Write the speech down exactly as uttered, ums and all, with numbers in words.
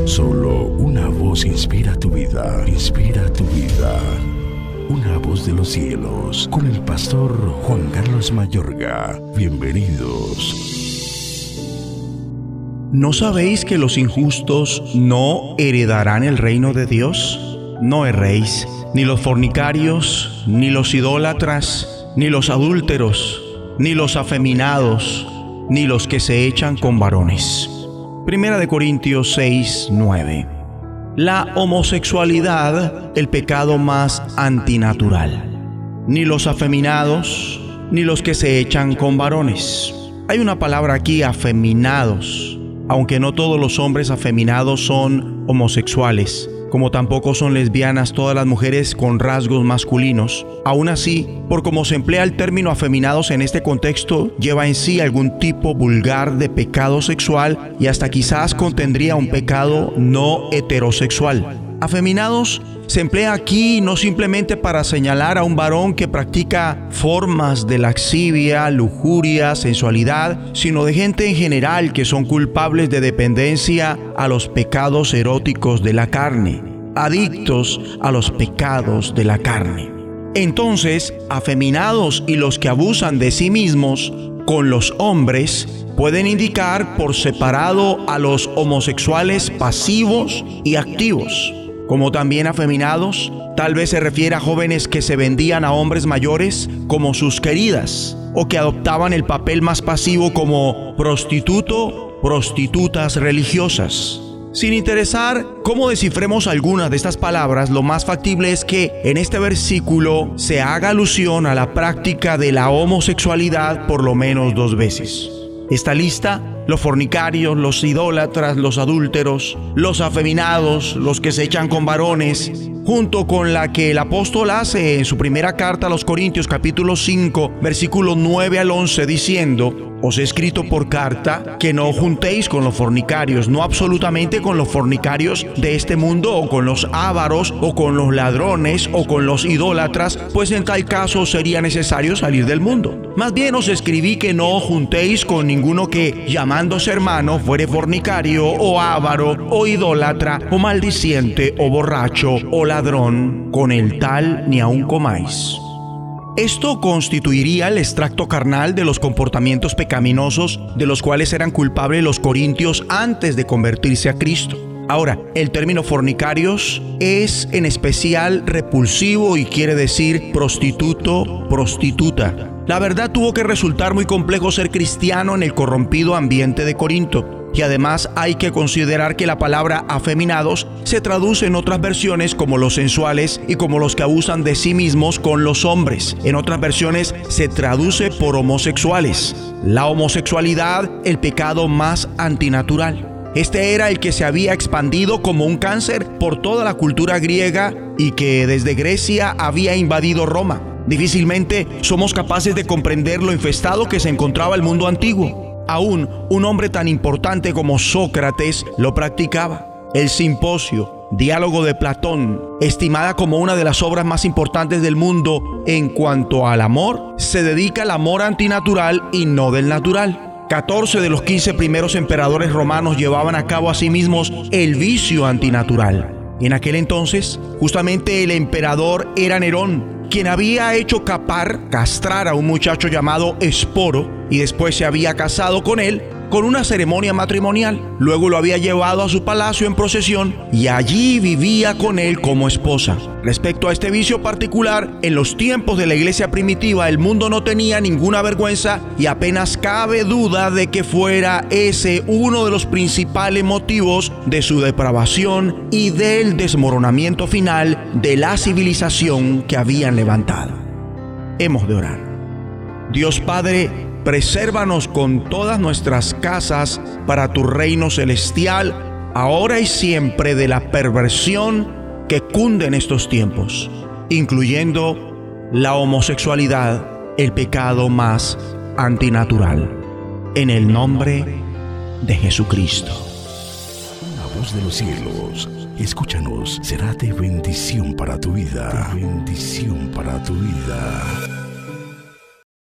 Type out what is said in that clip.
Solo una voz inspira tu vida, inspira tu vida. Una voz de los cielos, con el pastor Juan Carlos Mayorga. Bienvenidos. ¿No sabéis que los injustos no heredarán el reino de Dios? No erréis, ni los fornicarios, ni los idólatras, ni los adúlteros, ni los afeminados, ni los que se echan con varones. Primera de Corintios seis, nueve. La homosexualidad, el pecado más antinatural. Ni los afeminados, ni los que se echan con varones. Hay una palabra aquí, afeminados, aunque no todos los hombres afeminados son homosexuales, como tampoco son lesbianas todas las mujeres con rasgos masculinos. Aún así, por cómo se emplea el término afeminados en este contexto, lleva en sí algún tipo vulgar de pecado sexual y hasta quizás contendría un pecado no heterosexual. Afeminados se emplea aquí no simplemente para señalar a un varón que practica formas de laxivia, lujuria, sensualidad, sino de gente en general que son culpables de dependencia a los pecados eróticos de la carne, adictos a los pecados de la carne. Entonces, afeminados y los que abusan de sí mismos con los hombres pueden indicar por separado a los homosexuales pasivos y activos. Como también afeminados, tal vez se refiere a jóvenes que se vendían a hombres mayores como sus queridas, o que adoptaban el papel más pasivo como prostituto, prostitutas religiosas. Sin interesar cómo descifremos algunas de estas palabras, lo más factible es que en este versículo se haga alusión a la práctica de la homosexualidad por lo menos dos veces. Esta lista: los fornicarios, los idólatras, los adúlteros, los afeminados, los que se echan con varones, junto con la que el apóstol hace en su primera carta a los Corintios, capítulo cinco, versículos nueve al once, diciendo: os he escrito por carta que no juntéis con los fornicarios, no absolutamente con los fornicarios de este mundo, o con los ávaros, o con los ladrones, o con los idólatras, pues en tal caso sería necesario salir del mundo. Más bien os escribí que no juntéis con ninguno que, llamándose hermano, fuere fornicario, o ávaro, o idólatra, o maldiciente, o borracho, o ladrón. Con el tal ni aun comáis. Esto constituiría el extracto carnal de los comportamientos pecaminosos de los cuales eran culpables los corintios antes de convertirse a Cristo. Ahora, el término fornicarios es en especial repulsivo y quiere decir prostituto, prostituta. La verdad, tuvo que resultar muy complejo ser cristiano en el corrompido ambiente de Corinto. Y además hay que considerar que la palabra afeminados se traduce en otras versiones como los sensuales y como los que abusan de sí mismos con los hombres. En otras versiones se traduce por homosexuales. La homosexualidad, el pecado más antinatural. Este era el que se había expandido como un cáncer por toda la cultura griega y que desde Grecia había invadido Roma. Difícilmente somos capaces de comprender lo infestado que se encontraba el mundo antiguo. Aún un hombre tan importante como Sócrates lo practicaba. El Simposio, diálogo de Platón, estimada como una de las obras más importantes del mundo en cuanto al amor, se dedica al amor antinatural y no del natural. catorce de los quince primeros emperadores romanos llevaban a cabo a sí mismos el vicio antinatural. En aquel entonces, justamente el emperador era Nerón, quien había hecho capar, castrar a un muchacho llamado Esporo y después se había casado con él con una ceremonia matrimonial. Luego lo había llevado a su palacio en procesión y allí vivía con él como esposa. Respecto a este vicio particular, en los tiempos de la iglesia primitiva el mundo no tenía ninguna vergüenza y apenas cabe duda de que fuera ese uno de los principales motivos de su depravación y del desmoronamiento final de la civilización que habían levantado. Hemos de orar. Dios Padre, presérvanos con todas nuestras casas para tu reino celestial, ahora y siempre, de la perversión que cunde en estos tiempos, incluyendo la homosexualidad, el pecado más antinatural. En el nombre de Jesucristo. Una voz de los cielos, escúchanos, será de bendición para tu vida. De bendición para tu vida.